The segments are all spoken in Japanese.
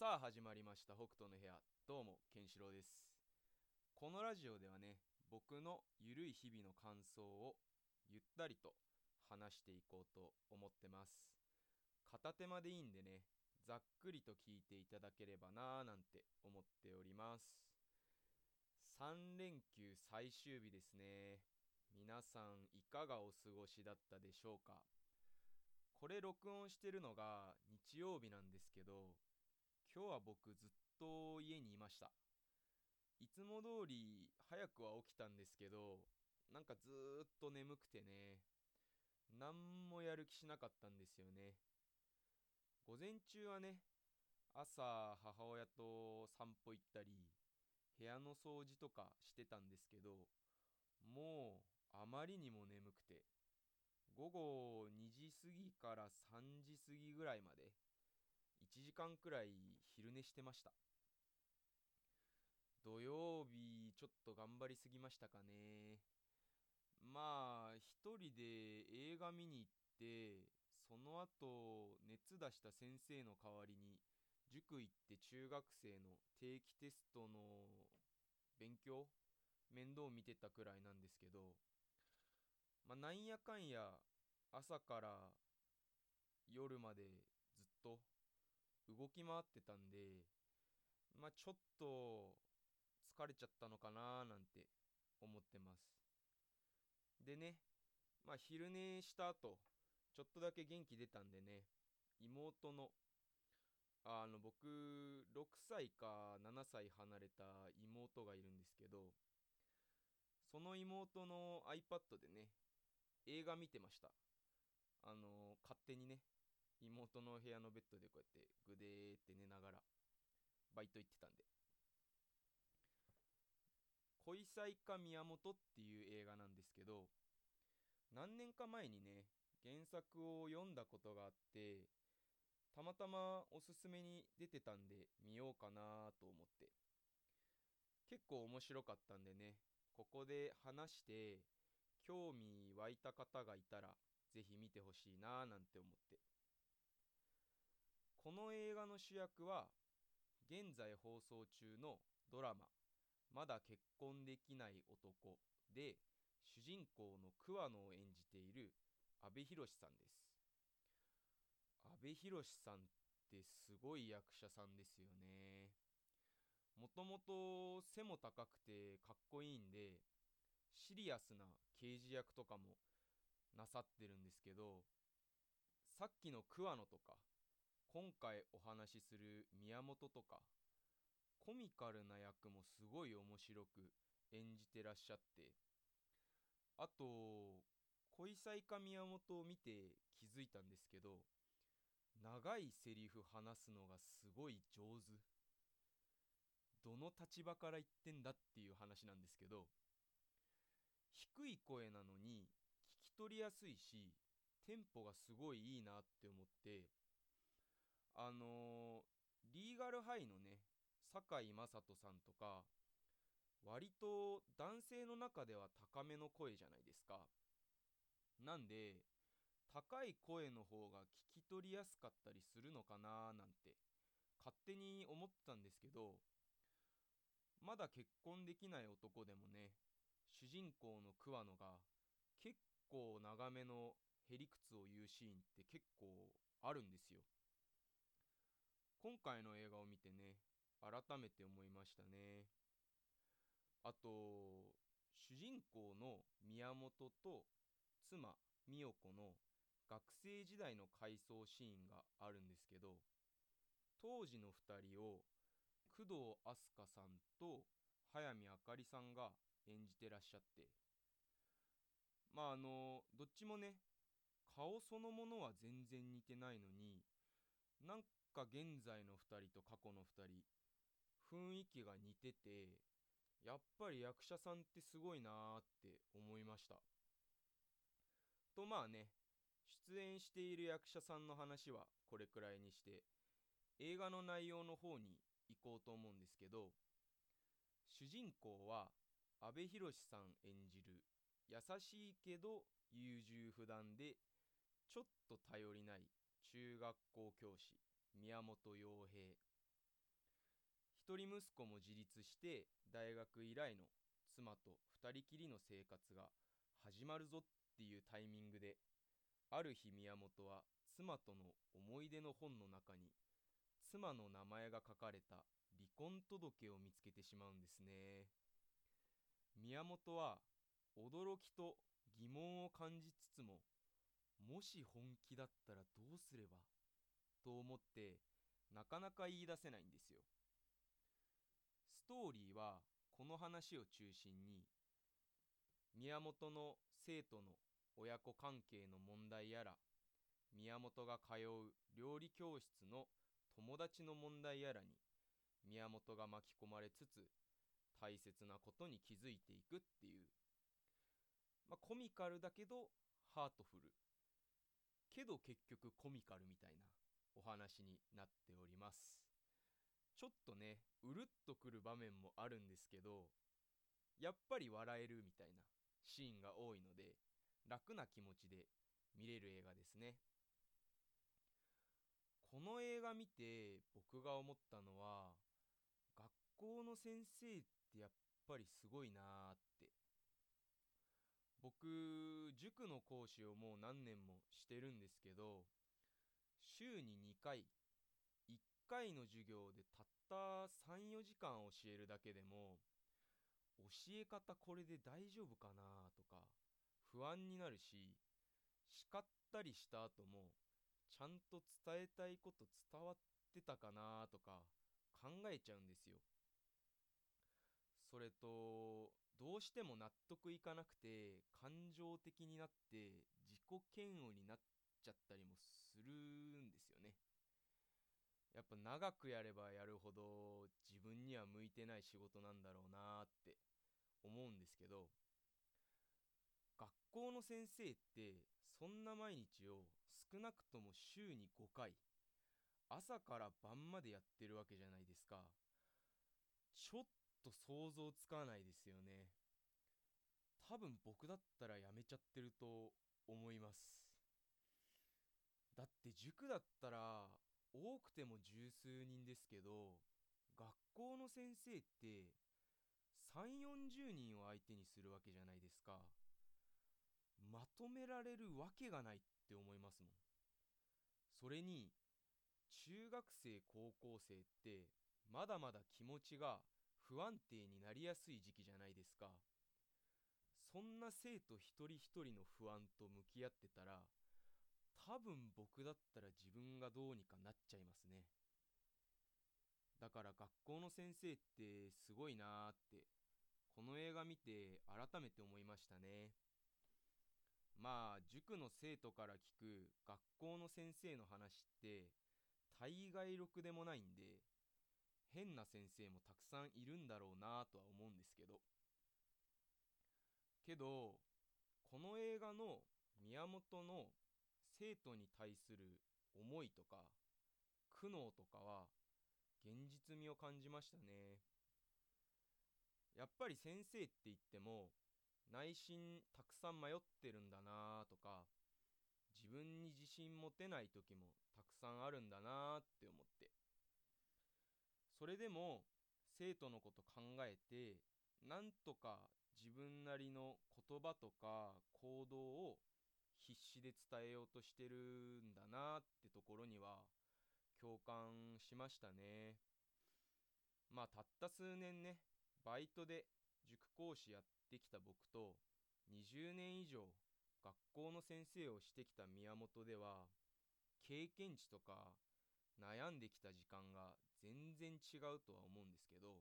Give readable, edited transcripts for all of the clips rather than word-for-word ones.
さあ始まりました北斗の部屋。どうもケンシロウです。このラジオではね、僕のゆるい日々の感想をゆったりと話していこうと思ってます。片手間でいいんでね、ざっくりと聞いていただければなーなんて思っております。3連休最終日ですね。皆さんいかがお過ごしだったでしょうか。これ録音してるのが日曜日なんですけど、今日は僕ずっと家にいました。いつも通り早くは起きたんですけど、なんかずーっと眠くてね、なんもやる気しなかったんですよね。午前中はね、朝母親と散歩行ったり、部屋の掃除とかしてたんですけど、もうあまりにも眠くて、午後2時過ぎから3時過ぎぐらいまで1時間くらい昼寝してました。土曜日ちょっと頑張りすぎましたかね。まあ一人で映画見に行って、その後熱出した先生の代わりに塾行って中学生の定期テストの勉強面倒見てたくらいなんですけど、まあなんやかんや朝から夜までずっと動き回ってたんで、まあちょっと疲れちゃったのかななんて思ってます。でね、まあ昼寝した後、ちょっとだけ元気出たんでね、妹の、僕、6歳か7歳離れた妹がいるんですけど、その妹の iPad でね、映画見てました。勝手にね、妹の部屋のベッドでこうやってグデーって寝ながら、バイト行ってたんで。恋妻家宮本っていう映画なんですけど、何年か前にね、原作を読んだことがあって、たまたまおすすめに出てたんで見ようかなと思って。結構面白かったんでね、ここで話して興味湧いた方がいたらぜひ見てほしいななんて思って。この映画の主役は現在放送中のドラマ「まだ結婚できない男」で主人公の桑野を演じている阿部寛さんです。阿部寛さんってすごい役者さんですよね。もともと背も高くてかっこいいんで、シリアスな刑事役とかもなさってるんですけど、さっきの桑野とか、今回お話しする宮本とか、コミカルな役もすごい面白く演じてらっしゃって、あと、恋妻家宮本を見て気づいたんですけど、長いセリフ話すのがすごい上手。どの立場から言ってんだっていう話なんですけど、低い声なのに聞き取りやすいし、テンポがすごいいいなって思って、あのーリーガルハイのね、堺雅人さんとか、割と男性の中では高めの声じゃないですか。なんで、高い声の方が聞き取りやすかったりするのかななんて勝手に思ってたんですけど、まだ結婚できない男でもね、主人公の桑野が結構長めのへりくつを言うシーンって結構あるんですよ。今回の映画を見てね、改めて思いましたね。あと、主人公の宮本と妻美代子の学生時代の回想シーンがあるんですけど、当時の2人を工藤飛鳥さんと早見あかりさんが演じてらっしゃって、どっちもね、顔そのものは全然似てないのに、なんか現在の2人と過去の2人、雰囲気が似てて、やっぱり役者さんってすごいなーって思いました。とまあね、出演している役者さんの話はこれくらいにして、映画の内容の方に行こうと思うんですけど、主人公は阿部寛さん演じる優しいけど優柔不断でちょっと頼りない中学校教師宮本洋平。 一人息子も自立して大学以来の妻と二人きりの生活が始まるぞっていうタイミングで、ある日宮本は妻との思い出の本の中に妻の名前が書かれた離婚届を見つけてしまうんですね。宮本は驚きと疑問を感じつつも、もし本気だったらどうすればと思ってなかなか言い出せないんですよ。ストーリーはこの話を中心に、宮本の生徒の親子関係の問題やら、宮本が通う料理教室の友達の問題やらに宮本が巻き込まれつつ、大切なことに気づいていくっていう、コミカルだけどハートフル、けど結局コミカルみたいなお話になっております。ちょっとね、うるっとくる場面もあるんですけど、やっぱり笑えるみたいなシーンが多いので、楽な気持ちで見れる映画ですね。この映画見て僕が思ったのは、学校の先生ってやっぱりすごいなーって。僕、塾の講師をもう何年もしてるんですけど、週に2回、1回の授業でたった3、4時間教えるだけでも、教え方これで大丈夫かなとか不安になるし、叱ったりした後もちゃんと伝えたいこと伝わってたかなとか考えちゃうんですよ。それと、どうしても納得いかなくて感情的になって自己嫌悪になっちゃったりもするんですよね。やっぱ長くやればやるほど自分には向いてない仕事なんだろうなって思うんですけど、学校の先生ってそんな毎日を少なくとも週に5回、朝から晩までやってるわけじゃないですか。ちょっと想像つかないですよね。多分僕だったらやめちゃってると思います。だって塾だったら多くても十数人ですけど、学校の先生って3、40人を相手にするわけじゃないですか。まとめられるわけがないって思いますもん。それに、中学生高校生ってまだまだ気持ちが不安定になりやすい時期じゃないですか。そんな生徒一人一人の不安と向き合ってたら、多分僕だったら自分がどうにかなっちゃいますね。だから学校の先生ってすごいなーって、この映画見て改めて思いましたね。塾の生徒から聞く学校の先生の話って大概ろくでもないんで、変な先生もたくさんいるんだろうなとは思うんですけど、この映画の宮本の生徒に対する思いとか苦悩とかは現実味を感じましたね。やっぱり先生って言っても内心たくさん迷ってるんだなとか、自分に自信持てない時もたくさんあるんだなって思って、それでも生徒のこと考えてなんとか自分なりの言葉とか行動を必死で伝えようとしてるんだなってところには共感しましたね。たった数年ね、バイトで塾講師やってきた僕と20年以上学校の先生をしてきた宮本では、経験値とか悩んできた時間が全然違うとは思うんですけど、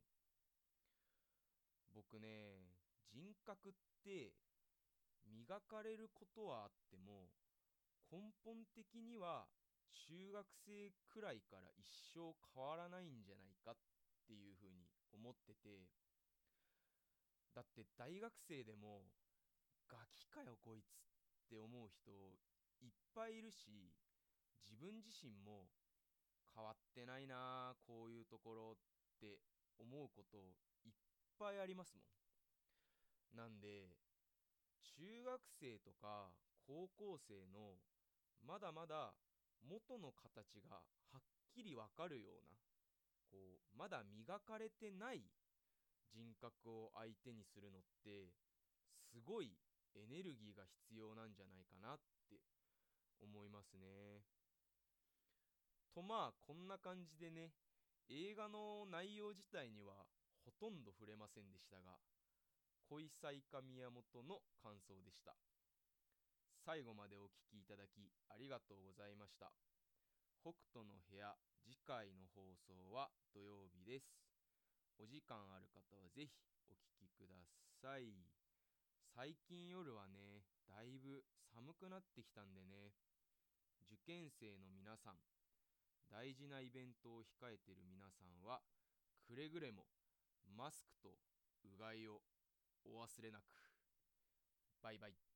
僕ね、人格って磨かれることはあっても、根本的には中学生くらいから一生変わらないんじゃないかっていうふうに思ってて、だって大学生でもガキかよこいつって思う人いっぱいいるし、自分自身も変わってないなあこういうところって思うこといっぱいありますもん。なんで、中学生とか高校生のまだまだ元の形がはっきりわかるようなまだ磨かれてない人格を相手にするのってすごいエネルギーが必要なんじゃないかなって思いますね。とこんな感じでね、映画の内容自体にはほとんど触れませんでしたが、恋妻家宮本の感想でした。最後までお聞きいただきありがとうございました。北斗の部屋次回の放送は土曜日です。お時間ある方はぜひお聞きください。最近夜はね、だいぶ寒くなってきたんでね、受験生の皆さん、大事なイベントを控えている皆さんは、くれぐれもマスクとうがいをお忘れなく。バイバイ。